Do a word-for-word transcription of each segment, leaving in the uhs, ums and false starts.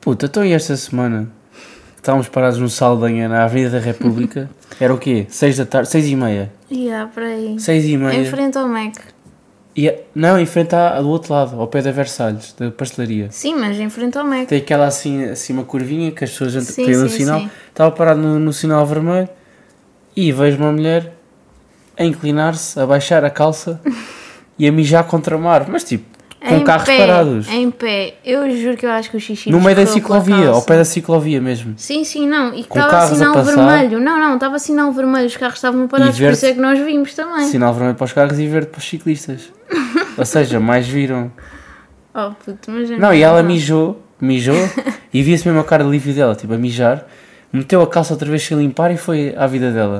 Puta, então e esta semana? Estávamos parados no Saldanha, na Avenida da República. Era o quê? seis da tarde? seis e meia? Yeah, por aí. seis e meia. Em frente ao Mac. E, não, em frente à, do outro lado, ao pé da Versalhes, da pastelaria. Sim, mas em frente ao Mac. Tem aquela assim, assim uma curvinha que as pessoas Sim, têm no sim, sinal. sim. Estava parado no, no sinal vermelho e vejo uma mulher a inclinar-se, a baixar a calça e a mijar contra o mar. Mas tipo, com Em carros pé, parados. Em pé. Eu juro que eu acho que o xixi No meio da escorreu pela ciclovia, ao calça. pé da ciclovia mesmo. Sim, sim, não. E Com estava carros a sinal passar. vermelho. Não, não, estava sinal vermelho. Os carros estavam parados, por verde- isso é que nós vimos também. Sinal vermelho para os carros e verde para os ciclistas. Ou seja, mais viram. Oh, puto, mas é Não, e ela verdade. mijou, mijou e via-se mesmo a cara de alívio dela, tipo a mijar, meteu a calça outra vez sem limpar e foi à vida dela.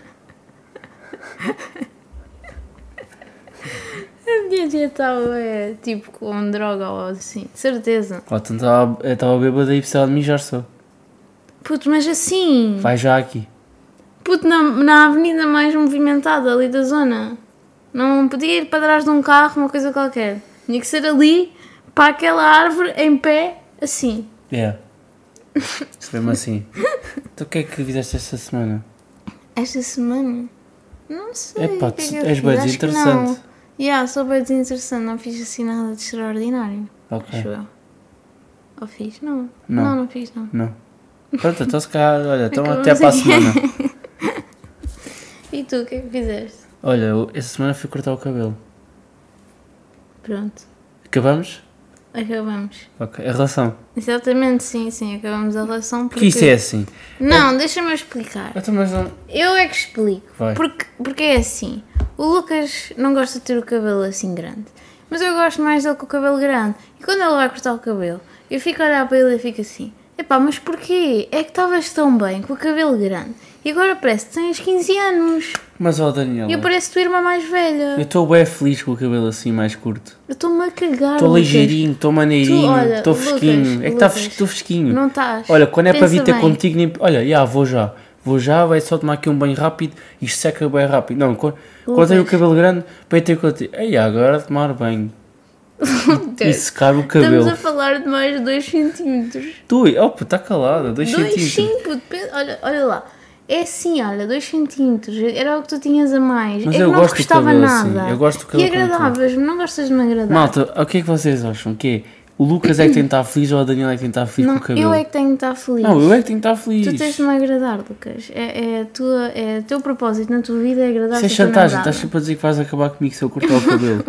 A minha tia estava, é, tipo, com droga ou assim. De certeza. Ó, então estava estava bêbada e precisava de mijar só. Puto, mas assim. Vai já aqui. Puto, na, na avenida mais movimentada ali da zona. Não podia ir para trás de um carro, uma coisa qualquer. Tinha que ser ali, para aquela árvore, em pé, assim. É. Isso mesmo assim. Então o que é que fizeste esta semana? Esta semana? Não sei. Epá, o que é tu que eu és fiz. bem Acho que desinteressante. não. Yeah, sou bem desinteressante. Não fiz assim nada de extraordinário. Ok. Acho eu. Ou fiz? Não. Não. Não, não fiz, não. Não. Pronto, então se calhar, olha, então Acabamos até para a aqui. semana. E tu, o que é que fizeste? Olha, eu- esta semana fui cortar o cabelo. Pronto. Acabamos? Acabamos. Ok. A relação. Exatamente, sim, sim. Acabamos a relação porque... Porque isso é assim. Não, deixa-me explicar. Então, mas não... Eu é que explico. Vai. Porque, porque é assim. O Lucas não gosta de ter o cabelo assim grande. Mas eu gosto mais dele com o cabelo grande. E quando ele vai cortar o cabelo, eu fico a olhar para ele e fico assim. Epá, mas porquê? É que estavas tão bem com o cabelo grande. E agora parece que tens quinze anos. Mas ó Daniela, E eu pareço a tua irmã mais eu velha. estou bem feliz com o cabelo assim mais curto. Eu estou-me a cagar. Estou Lucas. ligeirinho, estou Tu, maneirinho, olha, estou Lucas, fresquinho. É que tá Lucas, fres- estou fresquinho. Não estás. Olha, quando é para vir Pensa ter bem. contigo, nem... olha, já, vou já. Vou já, vai só tomar aqui um banho rápido, isto seca bem rápido. Não, quando, quando tenho o cabelo grande, para ir ter contigo. Ei, agora tomar banho. E secar o cabelo. Estamos a falar de mais de dois centímetros. Tu, opa, está calada, dois dois centímetros. centímetros. Olha, olha lá. É assim, olha, dois centímetros. Era o que tu tinhas a mais. Mas é eu que não gosto te do custava cabelo nada. assim, eu gosto do E cabelo como tu. agradavas-me, não gostas de me agradar. Malta, o que é que vocês acham? Que é, o Lucas é que tem que estar feliz ou a Daniela é que tem que estar feliz Não, com o cabelo? eu é que tenho que estar feliz. Não, eu é que tenho que estar feliz. Tu tens de me agradar, Lucas. É, é, a tua, é o teu propósito na tua vida é agradar. Isso é chantagem, estás sempre a dizer que vais acabar comigo se eu cortar o cabelo.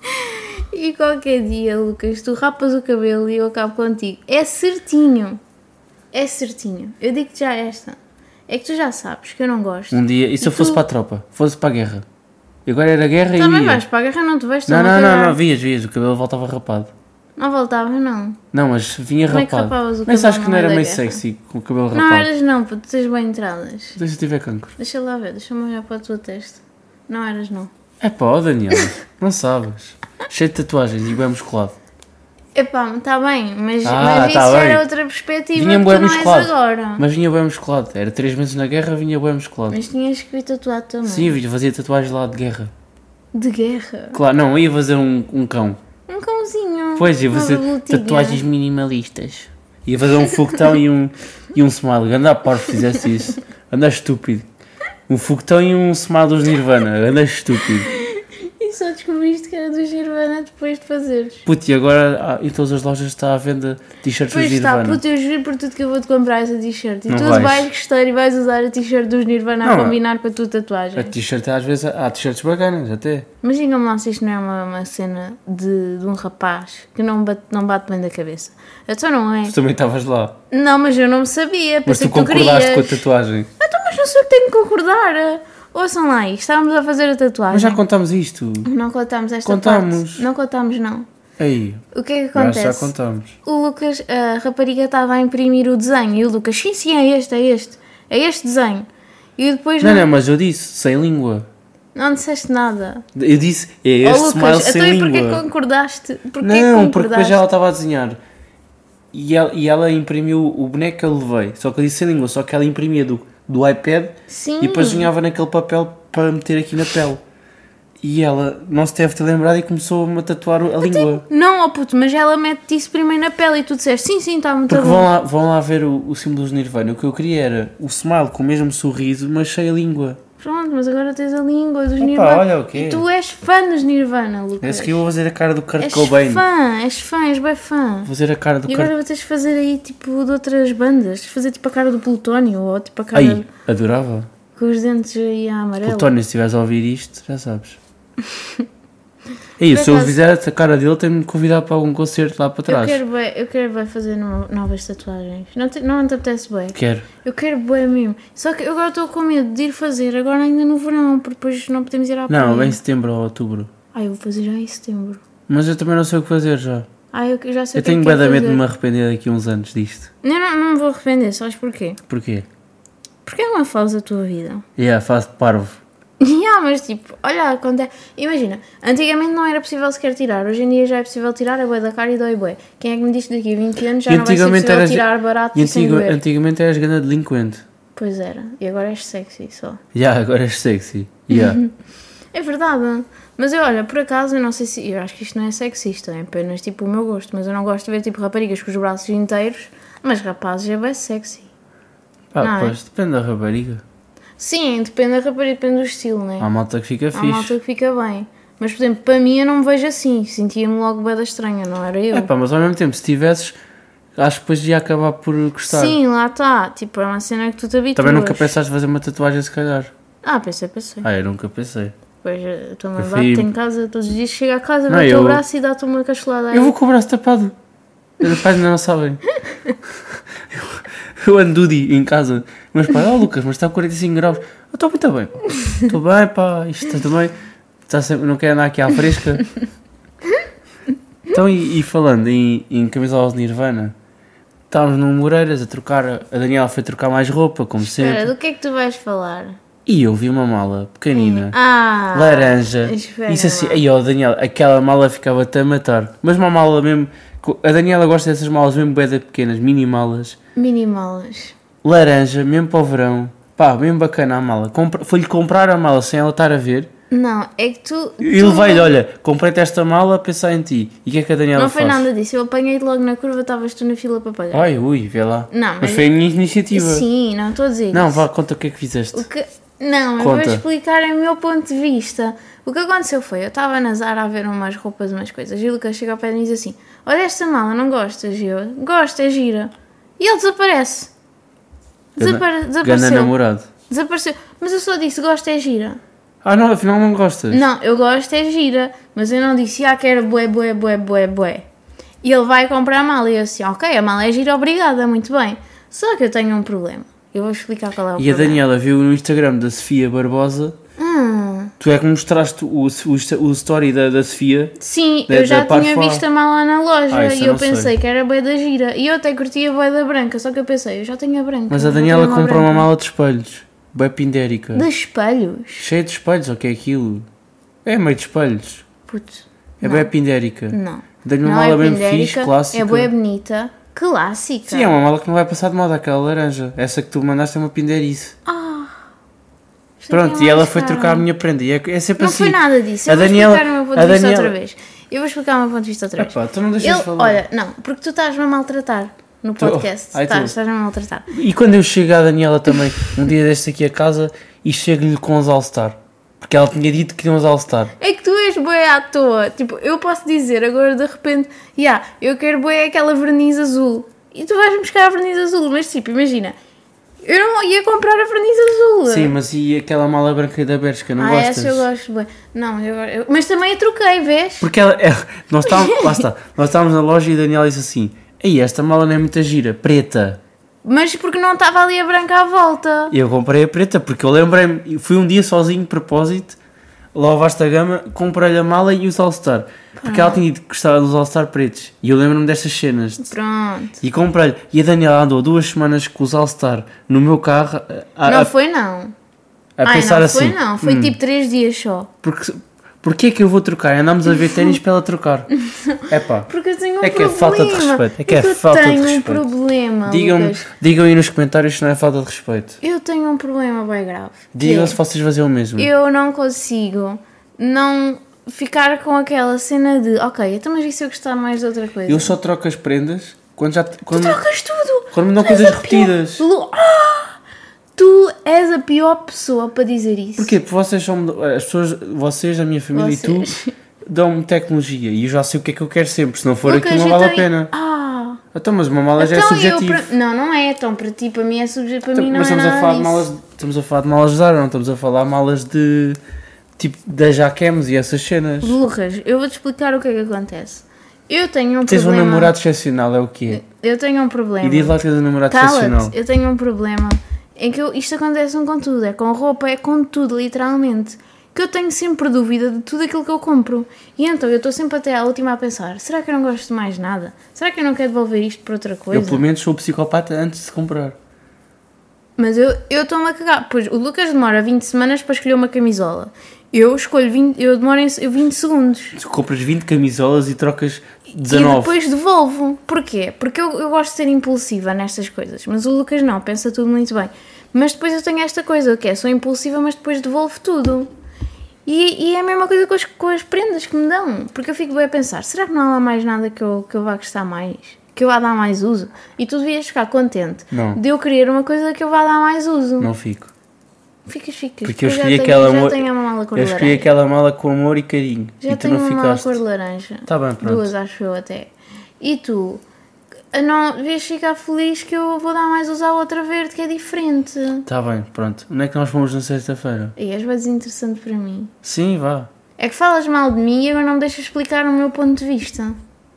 E qualquer dia, Lucas, tu rapas o cabelo e eu acabo contigo. É certinho. É certinho. Eu digo-te já esta. É que tu já sabes que eu não gosto. Um dia, e se E eu fosse tu- para a tropa? Fosse para a guerra? E agora era guerra e Também ia. vais para a guerra, não te vais Não, estou-me a não, não, cagar. não, vias, vias, o cabelo voltava rapado. Não voltava, não. Não, mas vinha Como é que rapado. rapavas o Nem cabelo sabes que no não era meio da meio guerra? sexy com o cabelo Não rapado. eras não, puto, tu tens bem entradas. Deixa eu tiver cancro. Deixa lá ver, deixa-me olhar para a tua testa. Não eras não. É pá, ó Daniela, não sabes. Cheio de tatuagens e bem musculado. Epá, está bem, mas, Ah, mas isso tá bem. era outra perspectiva Vinha que bem tu não és musculado. agora. Mas vinha bem musculado. Era três meses na guerra, vinha bem musculado. Mas tinhas que vir tatuado também. Sim, eu fazia tatuagens lá de guerra. De guerra. Claro, não, eu ia fazer um, um cão. Um cãozinho. Pois, ia uma fazer borboletinha. tatuagens minimalistas. Ia fazer um foguetão e um, e um smile. Anda parvo, fizesse isso. Anda estúpido. Um foguetão e um smile dos Nirvana. Anda estúpido. E só descobriste que era do Nirvana depois de fazeres. Puto, e agora ah, em todas as lojas está à venda t-shirts dos Pois está, Nirvana. puto, eu juro por tudo que eu vou-te comprar essa t-shirt. E Não tu vais. vais gostar e vais usar a t-shirt dos Nirvana Não, a combinar com a tua tatuagem. A t-shirt às vezes há t-shirts bacanas até. Mas diga-me lá se isto não é uma, uma cena de, de um rapaz que não bate, não bate bem da cabeça. Então não é? Tu também estavas lá. Não, mas eu não me sabia. Mas Pensei tu que tu concordaste querias. com a tatuagem. Então, mas não sei o que tenho que concordar. Ouçam lá isto, estávamos a fazer a tatuagem. Mas já contámos isto. Não contámos esta Contamos. parte. Não contámos, não. Aí, O que é que já, acontece? já contámos. O Lucas, a rapariga estava a imprimir o desenho e o Lucas, sim, sim, é este, é este. É este desenho. E depois Não, não, não, mas eu disse, sem língua. não disseste nada. Eu disse, é Ó este smile Lucas, sem então e porquê língua. que concordaste? Porquê Não, que porque concordaste? depois ela estava a desenhar. E ela, e ela imprimiu o boneco que eu levei. Só que eu disse sem língua, só que ela imprimia do, do iPad Sim. e depois desenhava naquele papel para meter aqui na pele. E ela não se deve ter lembrado e começou-me a tatuar a língua. Não, ó puto, mas ela mete isso primeiro na pele e tu disseste sim, sim, está muito Porque bom. vão lá, vão lá ver o, o símbolo dos Nirvana. O que eu queria era o smile com o mesmo sorriso, mas sem a língua. Pronto, mas agora tens a língua dos Opa, Nirvana. olha o quê? E tu és fã dos Nirvana, Lucas. Esse que eu vou fazer a cara do Kurt És Cobain. fã, és fã, és bem fã. Vou fazer a cara do E Kurt... agora vou teres de fazer aí tipo de outras bandas. Tens de fazer tipo a cara do Plutónio ou tipo a cara Ai, adorava. com os dentes aí a amarelo. Plutónio, se estiveres a ouvir isto, já sabes. É isso, se eu acaso- fizer a cara dele, tenho-me de convidar para algum concerto lá para Eu trás. quero bem, eu quero bem fazer no- novas tatuagens. Não te, não te apetece bem? Quero. Eu quero bem mesmo. Só que eu agora estou com medo de ir fazer, agora ainda no verão, porque depois não podemos ir à praia. Não, em setembro ou outubro. Ah, eu vou fazer já em setembro. Mas eu também não sei o que fazer já. Ah, eu já sei Eu o que é tenho que bué quero de medo de fazer. me arrepender daqui a uns anos disto. Não, não, não me vou arrepender, sabes porquê? Porquê? Porque é uma fase da tua vida. E yeah, faço de parvo. Yeah, mas tipo, olha, quando é... Imagina, antigamente não era possível sequer tirar, hoje em dia já é possível tirar a bué da cara e dói bué. Quem é que me disse daqui a vinte anos já E não vai ser antigamente possível eras- tirar barato E e sem antigo, doer? antigamente eras grande delinquente. Pois era, e agora és sexy só. Já, yeah, agora és sexy. Yeah. É verdade, mas eu, olha, por acaso, eu não sei se... Eu acho que isto não é sexista, é apenas tipo o meu gosto, mas eu não gosto de ver tipo raparigas com os braços inteiros, mas rapazes é bem sexy. Pá, Não é? pois, depende da rapariga. Sim, depende da rapariga, depende do estilo, né? Há malta que fica Há fixe. malta que fica bem. Mas, por exemplo, para mim eu não me vejo assim. Sentia-me logo bué da estranha, não era eu? É pá, mas ao mesmo tempo, se tivesses, acho que depois ia acabar por gostar. Sim, lá está. Tipo, é uma cena que tu te habituas. Também nunca pensaste fazer uma tatuagem, se calhar. Ah, pensei, pensei. Ah, eu nunca pensei. Depois a tua mãe Eu bate fui- em casa todos os dias, chega a casa, Não, vê o teu eu- braço e dá-te uma cachelada aí. Eu vou com o braço tapado. Meus pais ainda não sabem. Eu ando Dudi em casa. Meus pais, oh Lucas, mas está a quarenta e cinco graus. Eu estou muito bem. Estou bem, pá, isto está também. Está sempre, não quero andar aqui à fresca. Então, e, e falando em, em camisolas de Nirvana, estávamos no Moreiras a trocar. A Daniela foi trocar mais roupa, como Espera, sempre. do que é que tu vais falar? E eu vi uma mala pequenina. Ah! Laranja. espera Isso assim, lá. aí ó, Daniela, aquela mala ficava-te a matar. Mas uma mala mesmo. A Daniela gosta dessas malas mesmo bem pequenas, mini malas. Minimalas. Laranja, mesmo para o verão. Pá, mesmo bacana a mala. Compra- Foi-lhe comprar a mala sem ela estar a ver. Não, é que tu... E tu- levei-lhe, olha, comprei-te esta mala a pensar em ti. E o que é que a Daniela Não foi faz? nada disso. Eu apanhei-te logo na curva, estavas tu na fila para pagar. Ai, ui, vê lá. Não, mas, mas- foi a minha iniciativa. Sim, não estou a dizer Não, isso. vá, conta o que é que fizeste. O que... Não, eu Conta. vou explicar o meu ponto de vista. O que aconteceu foi, eu estava na Zara a ver umas roupas, umas coisas, e o Lucas chega ao pé de mim e diz assim, olha esta mala, não gostas? E eu, gosto, é gira. E ele desaparece. Desapare... Gana Desapareceu. namorado. Desapareceu. Mas eu só disse, gosto, é gira. Ah, não, afinal não gostas. Não, eu gosto, é gira. Mas eu não disse, ah, quero bué, bué, bué, bué, bué. E ele vai comprar a mala e eu assim, ok, a mala é gira, obrigada, muito bem. Só que eu tenho um problema. Eu vou explicar qual é o E a problema. Daniela viu no Instagram da Sofia Barbosa. Hum, Tu é que mostraste o, o, o story da, da Sofia. sim, Da- eu já da tinha Parfum. visto a mala na loja Ah, isso e eu eu não sei. pensei que era bué da gira. E eu até curtia a bué da branca, só que eu pensei, eu já tenho a branca. Mas a já Daniela tenho comprou uma branca. mala de espelhos. Bem pindérica. De espelhos? Cheia de espelhos, o que é aquilo? É meio de espelhos. Putz, É não, bem pindérica. não. Dei-lhe uma Não mala é bem pindérica, fixe, clássica. é bué bonita, clássica. Sim, é uma mala que não vai passar de moda, aquela laranja. Essa que tu mandaste é uma pinderice. Ah, isto Pronto, aqui é e ela mais foi caro. trocar a minha prenda. E é, é sempre Não assim. foi nada disso. A Eu vou Daniela- explicar o meu ponto a de vista Daniela- outra vez. Eu vou explicar o meu ponto de vista outra vez. Epá, tu não deixas Ele, de falar. olha, não, porque tu estás-me a maltratar no Tu- podcast. Ai, tu. Estás, estás-me a maltratar. E quando eu chego à Daniela também, um dia deste aqui a casa, e chego-lhe com os All-Star. Porque ela tinha dito que tinha uns All-Star. É que tu és bué à toa. Tipo, eu posso dizer agora de repente, yeah, eu quero bué aquela verniz azul. E tu vais-me buscar a verniz azul. Mas tipo, imagina, eu não ia comprar a verniz azul. Sim, mas e aquela mala branca da Bershka, não ah, gostas? essa eu gosto bué. Não, eu, eu, mas também a troquei, vês? Porque ela, ela- nós estávamos, lá está, nós estávamos na loja e a Daniela disse assim, ei, esta mala não é muita gira, preta. Mas porque não estava ali a branca à volta. E eu comprei a preta, porque eu lembrei-me, fui um dia sozinho, de propósito, lá ao Vasta Gama, comprei-lhe a mala e os All-Star. Porque ela tinha dito que gostava dos All-Star pretos. E eu lembro-me destas cenas. Pronto. E comprei-lhe. E a Daniela andou duas semanas com os All-Star no meu carro a, Não a, foi não. a Ai, pensar não assim. foi não. Foi "Hum, tipo três dias só. Porque, porque é que eu vou trocar? Andámos a ver ténis para ela trocar. É pá. Porque eu tenho um É que é problema. falta de respeito. É que é eu falta de tenho um respeito. problema, Digam, Lucas. digam aí nos comentários se não é falta de respeito. Eu tenho um problema bem grave. que Digam é, se vocês faziam o mesmo. eu não consigo não ficar com aquela cena de ok, então mas e se eu gostar mais de outra coisa? Eu só troco as prendas quando já... Quando, Tu trocas tudo! quando me dão Tu coisas és a pior- repetidas. Lu- Ah! Tu és a pior pessoa para dizer isso. Porquê? Porque vocês são... As pessoas, vocês, a minha família Vocês. e tu, dão-me tecnologia e eu já sei o que é que eu quero sempre. Se não for Lucas, aquilo, não eu vale a tenho- pena. Ah! Então, mas uma mala já é Então eu subjetivo. para- Não, não é. Então para ti, para mim é subjetivo. Para Então, mim não mas é estamos nada a falar de disso. malas, estamos a falar de malas de Zara, não estamos a falar de malas de tipo da Jaquems e essas cenas. Lucas, eu vou-te explicar o que é que acontece. Eu tenho um Tens um problema. namorado excepcional, é o que é. Eu tenho um problema. E diz lá que tens um namorado excepcional. Cala-te, eu tenho um problema em que eu, isto acontece com tudo, é com roupa, é com tudo, literalmente. Que eu tenho sempre dúvida de tudo aquilo que eu compro. E então eu estou sempre até à última a pensar: será que eu não gosto de mais nada? Será que eu não quero devolver isto por outra coisa? Eu pelo menos sou psicopata antes de comprar. Mas eu eu estou-me a cagar. Pois o Lucas demora vinte semanas para escolher uma camisola. Eu escolho vinte, eu demoro em- eu vinte segundos. Tu compras vinte camisolas e trocas E dezanove. depois devolvo. Porquê? Porque eu, eu gosto de ser impulsiva nestas coisas. Mas o Lucas não, pensa tudo muito bem. Mas depois eu tenho esta coisa, que é, sou impulsiva, mas depois devolvo tudo. E, e é a mesma coisa com as, com as prendas que me dão. Porque eu fico bem a pensar, será que não há lá mais nada que eu, que eu vá gostar mais? Que eu vá dar mais uso? E tu devias ficar contente Não. de eu querer uma coisa que eu vá dar mais uso. Não fico. Ficas, ficas. Porque eu já escolhi tenho, aquela já amor- tenho uma mala cor Eu de escolhi laranja. aquela mala com amor e carinho. Já e tu tenho não uma mala ficaste. cor de laranja. Tá bem, pronto. Duas, acho eu até. E tu? Não devias ficar feliz que eu vou dar mais uso à outra verde, que é diferente. Tá bem, pronto. Onde é que nós fomos na sexta-feira? E és bem desinteressante para mim. Sim, vá. É que falas mal de mim e agora não me deixas explicar o meu ponto de vista.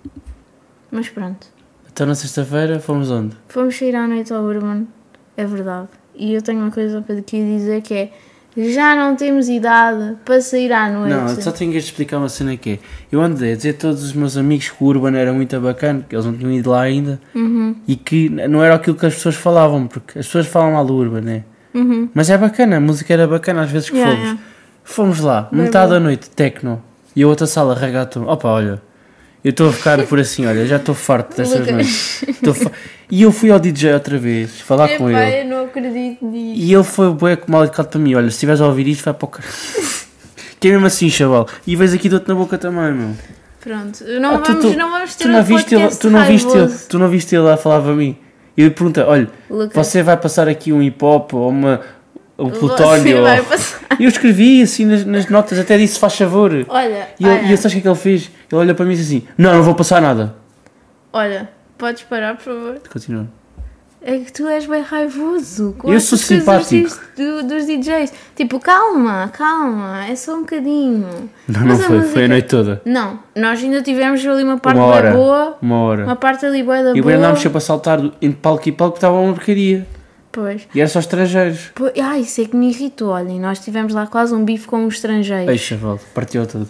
Mas pronto. Então na sexta-feira fomos onde? Fomos sair à noite ao Urban. É verdade. E eu tenho uma coisa para te dizer que é... Já não temos idade para sair à noite. Não, eu só tenho que explicar uma cena que é. Eu andei a dizer a todos os meus amigos que o Urban era muito bacana, que eles não tinham ido lá ainda, Uhum. e que não era aquilo que as pessoas falavam, porque as pessoas falam mal do Urban, né? Uhum. Mas é bacana, a música era bacana às vezes que Yeah, fomos. yeah. Fomos lá, Bem metade bom. da noite, techno, e a outra sala, reggaeton. Opa, olha, eu estou a ficar por assim, olha, já estou farto destas Lucas. noites. Estou fa- E eu fui ao D J outra vez, falar com Epá, ele. eu não acredito nisso. E ele foi bué mal educado para mim. Olha, se estiveres a ouvir isto, vai para o caralho. Que é mesmo assim, chaval. E vês aqui dou-te na boca também, meu. Pronto, não, Ah, tu- vamos, tu- não vamos ter Tu não um viste ele, podcast tu não viste ele, raivoso. tu não viste ele a falar para mim. E eu perguntei, olha, Lucas, você vai passar aqui um hip hop ou uma um você plutónio? vai ou- passar. E eu escrevi assim nas, nas notas, até disse faz favor. E Olha, ele, olha, e ele, sabes o que é que ele fez? Ele olha para mim e disse assim: não, não vou passar nada. olha, podes parar, por favor? Continua. É que tu és bem raivoso. Com Eu sou estas coisas simpático. dos- do- dos D Js. Tipo, calma, calma, é só um bocadinho. Não, não Mas a foi, música- foi a noite toda. Não, nós ainda tivemos ali uma parte Uma bem hora. boa. Uma hora. Uma parte ali bem da E boa. o andámos sempre a saltar entre palco e palco porque estava uma porcaria. Pois. E era só estrangeiros. Pois. Ai, isso é que me irritou. Olhem, nós tivemos lá quase um bife com um estrangeiro. Ei, chaval, partiu tudo.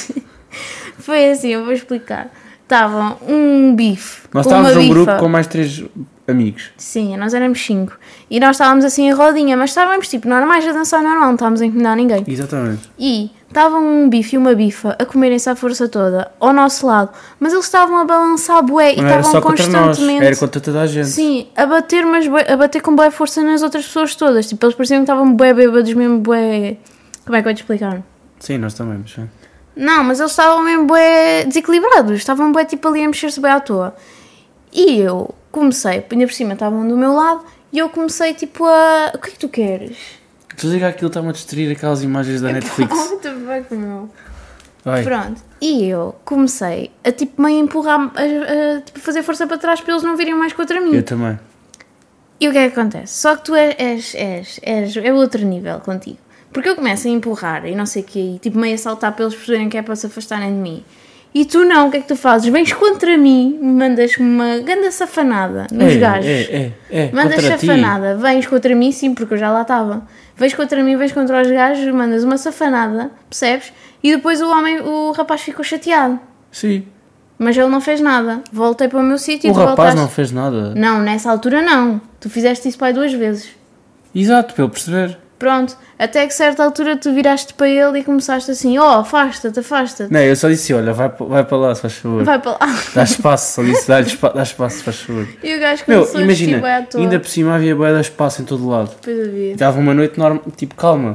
Foi assim, eu vou explicar. Estava um bife. Nós com uma estávamos num bifa. grupo com mais três amigos. Sim, nós éramos cinco. E nós estávamos assim em rodinha, mas estávamos tipo normais a dançar normal, não estávamos a incomodar ninguém. Exatamente. E estavam um bife e uma bifa a comerem-se à força toda ao nosso lado, mas eles estavam a balançar bué e Não era estavam só contra nós, constantemente. era contra toda a gente. Sim, a bater, mas bué- a bater com boa força nas outras pessoas todas. Tipo, eles pareciam que estavam bué bêbados, mesmo bué. Como é que eu vou te explicar? Sim, nós também, mas... sim. Não, mas eles estavam mesmo bué desequilibrados, estavam bué tipo ali a mexer-se bué à toa. E eu comecei, ainda por cima estavam do meu lado, e eu comecei tipo a... O que é que tu queres? Desliga aquilo, está-me a destruir aquelas imagens da Netflix. Oh, what the fuck, meu? Vai. Pronto, e eu comecei a tipo meio empurrar, a, a, tipo, fazer força para trás para eles não virem mais contra mim. Eu também. E o que é que acontece? Só que tu és, és, és, és é outro nível contigo. Porque eu começo a empurrar e não sei o que, e tipo meio a saltar para eles perceberem que é para se afastarem de mim. E tu não, o que é que tu fazes? Vens contra mim, mandas-me uma grande safanada nos é, gajos. É, é, é. Mandas Contra ti. safanada, vens contra mim, sim, porque eu já lá estava. Vens contra mim, vens contra os gajos, mandas uma safanada, percebes? E depois o homem, o rapaz ficou chateado. Sim. Mas ele não fez nada. Voltei para o meu sítio e O tu rapaz voltaste. não fez nada. Não, nessa altura não. Tu fizeste isso pai duas vezes. Exato, para ele perceber. Pronto, até que certa altura tu viraste para ele e começaste assim, oh, afasta-te, afasta-te. Não, eu só disse, olha, vai, pa- vai para lá, se faz favor. Vai para lá. Dá espaço, só disse, dá, espa dá espaço, se faz favor. E o gajo Meu, começou a imagina, vestir bué à toa. ainda por cima havia bué de espaço em todo lado. Depois havia. Estava uma noite normal, tipo, calma.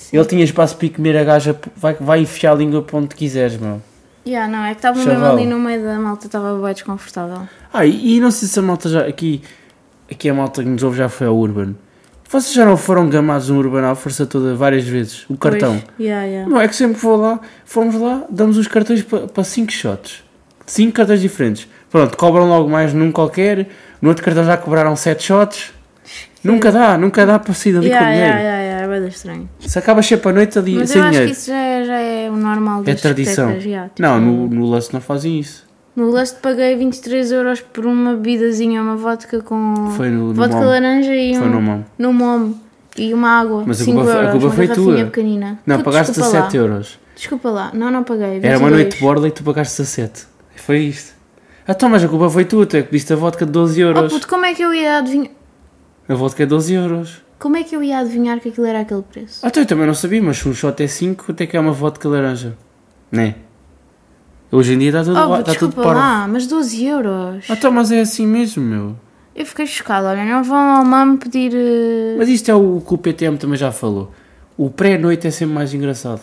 Sim. Ele tinha espaço para ir comer a gaja, vai, vai enfiar a língua para onde quiseres, meu. Yeah, não, é que estava mesmo Chaval. ali no meio da malta, estava bem desconfortável. Ah, e, e não sei se a malta já, aqui, aqui a malta que nos ouve já foi ao Urban. Vocês já não foram gamados no Urban à força toda várias vezes? O cartão. Pois, yeah, yeah. Não, é que sempre vou lá, fomos lá, damos os cartões para cinco shots. cinco cartões diferentes. Pronto, cobram logo mais num qualquer, no outro cartão já cobraram sete shots. Nunca dá, nunca dá para sair dali Yeah, com dinheiro. yeah, yeah, yeah, é bem estranho. Se acaba sempre a noite ali Mas sem eu acho dinheiro. que isso já é, já é o normal das É tradição. discotecas, yeah, tipo, Não, no, no Lust não fazem isso. No Lust paguei vinte e três euros por uma bebidazinha, uma vodka com... Foi no, no vodka Mom. laranja e Foi um... no Mom. No Mom. E uma água, Mas a cinco culpa foi- a euros, culpa uma foi garrafinha tua. pequenina. Não, Tu, pagaste desculpa lá. sete euros. Desculpa lá, não, não paguei, Era uma vinte e dois. noite de borla e tu pagaste dezassete. Foi isto. Ah, então, mas a culpa foi tua, tu é que pediste a vodka de doze Oh euros. puto, como é que eu ia adivinhar... A vodka é doze euros. Como é que eu ia adivinhar que aquilo era aquele preço? Ah, então eu também não sabia, mas se um shot é cinco, até que é uma vodka laranja. Né? Hoje em dia está tudo, Oh, está tudo desculpa parvo. lá, mas doze euros. Ah, então, mas é assim mesmo, meu. Eu fiquei chocada, olha, não vão ao mamo pedir... eh, Mas isto é o que o P T M também já falou. O pré-noite é sempre mais engraçado.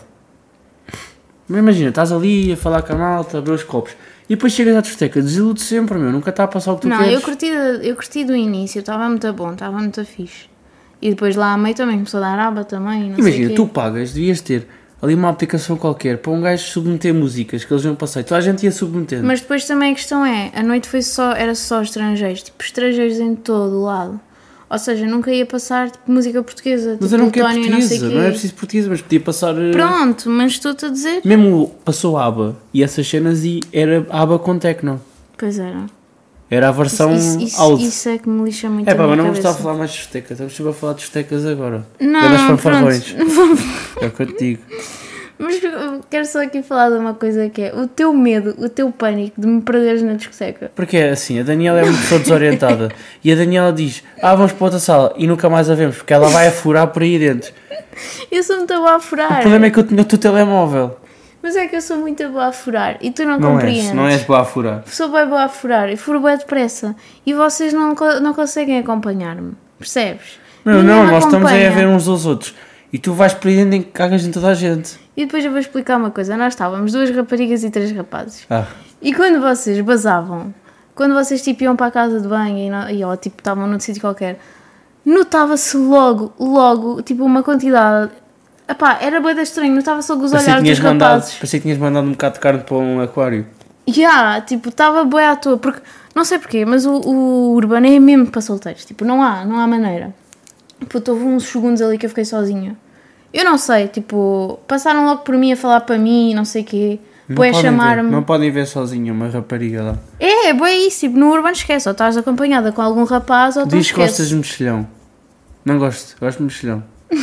Mas imagina, estás ali a falar com a malta, a ver os copos. E depois chegas à discoteca, desilude sempre, meu. Nunca está a passar o que tu Não, queres. eu curti, eu curti do início, estava muito bom, estava muito fixe. E depois lá à meio também começou a dar aba também, não Imagina, sei tu o quê. pagas, devias ter ali uma aplicação qualquer para um gajo submeter músicas que eles iam passar. Toda a gente ia submetendo. Mas depois também a questão é, a noite foi só, era só estrangeiros, tipo estrangeiros em todo o lado. Ou seja, nunca ia passar tipo, música portuguesa, Mas tipo eu não quero Plutónio e não sei portuguesa, o quê. não é preciso portuguesa, mas podia passar... eh, Pronto, mas estou-te a dizer... Mesmo passou a aba e essas cenas e era a aba com techno. Pois era. Era a versão Isso, isso, out. isso é que me lixa muito É a pá, minha mas não vamos cabeça. estar a falar mais de discotecas, estamos sempre a falar de discotecas agora. Não, É das pronto. fanfarrões. É o que eu te digo. Mas eu quero só aqui falar de uma coisa que é o teu medo, o teu pânico de me perderes na discoteca. Porque é assim, a Daniela é uma pessoa desorientada e a Daniela diz, ah, vamos para outra sala e nunca mais a vemos, porque ela vai a furar por aí dentro. Eu sou muito boa a O furar. problema é que eu tinha o teu telemóvel. Mas é que eu sou muito boa a furar e tu não, Não compreendes. és, não és boa a furar. Sou bem boa a furar e furo bem depressa e vocês não, co- não conseguem acompanhar-me. Percebes? Não, Ninguém não, me nós estamos aí a acompanha. ver uns aos outros. E tu vais por aí dentro em que cagas em toda a gente. E depois eu vou explicar uma coisa. Nós estávamos duas raparigas e três rapazes. Ah, E quando vocês basavam, quando vocês tipo iam para a casa de banho e, não, e ou tipo estavam num sítio qualquer, notava-se logo, logo, tipo uma quantidade. Epá, era bem estranho, notava-se logo os parecia que, olhares tinhas dos mandado, rapazes. parecia que tinhas mandado um bocado de carne para um aquário. Já, tipo, estava bem à toa, porque, não sei porquê, mas o, o Urbano é mesmo para solteiros, tipo, não há, não há maneira. Puto, houve uns segundos ali que eu fiquei sozinha. Eu não sei, tipo, passaram logo por mim a falar para mim, não sei o quê, Não depois podem ver, chamaram-me. não podem ver sozinho uma rapariga lá. É, é bem isso, tipo, no Urbano esquece, ou estás acompanhada com algum rapaz ou tu Diz que gostas esqueces. de mexilhão. Não gosto, gosto de mexilhão.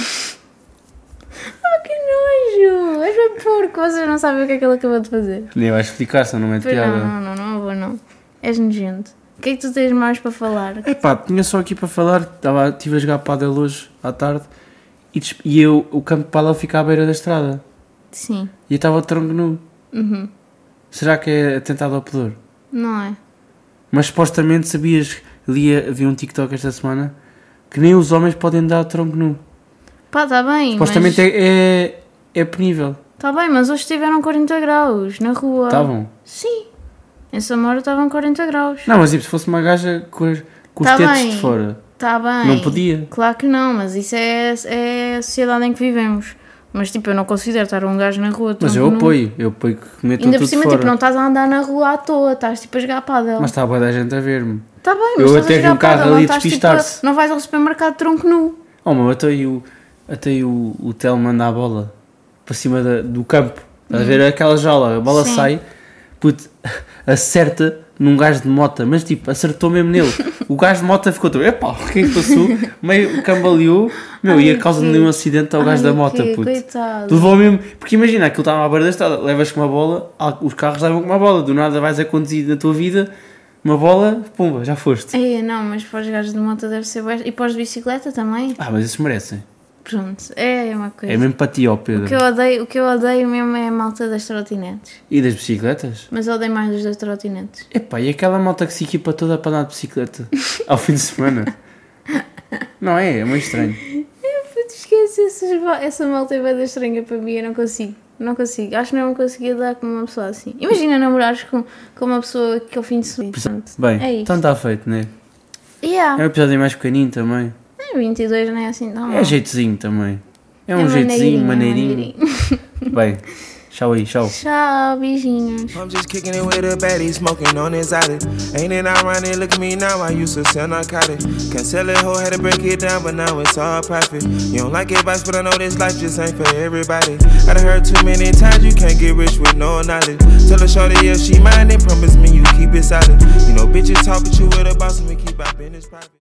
Oh, que nojo! És bem porco, vocês não sabem o que é que ele acabou de fazer. Nem vais explicar, se não é de Pois piada. não, não, não, não vou não. És nojento. O que é que tu tens mais para falar? Epá, tinha só aqui para falar, estava, estive a jogar pádel hoje à tarde e, des- e eu, o campo de pádel fica à beira da estrada Sim, e eu estava de tronco nu. uhum. Será que é atentado ao pudor? Não é? Mas supostamente sabias, li, havia um TikTok esta semana que nem os homens podem andar de tronco nu. Pá, está bem, Supostamente mas... é, é, é penível. Está bem, mas hoje estiveram quarenta graus na rua. Estavam? Sim. Em Samora estavam quarenta graus. Não, mas tipo, se fosse uma gaja com, as- com os Tá tetos bem. de fora, Está bem. não podia. Claro que não, mas isso é, é a sociedade em que vivemos. Mas tipo, eu não considero estar um gajo na rua. Mas tronco eu nu. apoio, eu apoio que metam Ainda tudo por cima, de fora. tipo, não estás a andar na rua à toa, estás tipo a jogar pádel. Mas está a boa da gente a ver-me. Está bem, mas Eu estás até a vi jogar um carro pádel, ali não estás, tipo, despistar-se. a- não vais ao supermercado de tronco nu. Oh, meu, até aí o, até aí o, o Tel manda a bola para cima da- do campo. Estás a ver aquela jaula, a bola Sim. sai, puto, acerta num gajo de mota, mas tipo, acertou mesmo nele. O gajo de mota ficou todo, epá, o que é que passou? Meio cambaleou, meu, Ai, e a causa que- de um acidente ao gajo Ai, da mota, que puto. coitado. Tu levou mesmo, porque imagina, aquilo estava à beira da estrada, levas com uma bola, ah, os carros levam com uma bola, do nada vais a conduzir na tua vida, uma bola, pumba, já foste. É, não, mas para os gajos de moto deve ser bué. E para os de bicicleta também? Ah, mas esses merecem. Pronto, é uma coisa. É mesmo para ti, ó O Pedro. que, eu odeio, o que eu odeio mesmo é a malta das trotinetes. E das bicicletas? Mas eu odeio mais dos das trotinetes. Epá, e aquela malta que se equipa toda para andar de bicicleta ao fim de semana? Não é? É muito estranho. Puto, esquece esse essa, essa malta é bem estranha para mim, eu não consigo. Não consigo. Acho que não conseguia dar com uma pessoa assim. Imagina namorares com, com uma pessoa que ao fim de semana. Bem, é então está feito, não é? Yeah. É um episódio mais pequenino também. É, vinte e dois não é assim tão mal. É jeitozinho também. É um é jeitozinho, maneirinho. maneirinho. Bem, tchau aí, tchau. Tchau, beijinhos. I'm just kicking it with a baddie, smoking on exotic. Ain't it ironic? Look at me now, I used to sell narcotics. Can't sell it whole, had to break it down, but now it's all profit. You don't like advice, but I know this life just ain't for everybody. I done heard too many times you can't get rich with no knowledge. Tell her shorty if she mind it, promise me you keep it solid. You know bitches talk, but you with a boss and we keep our business private.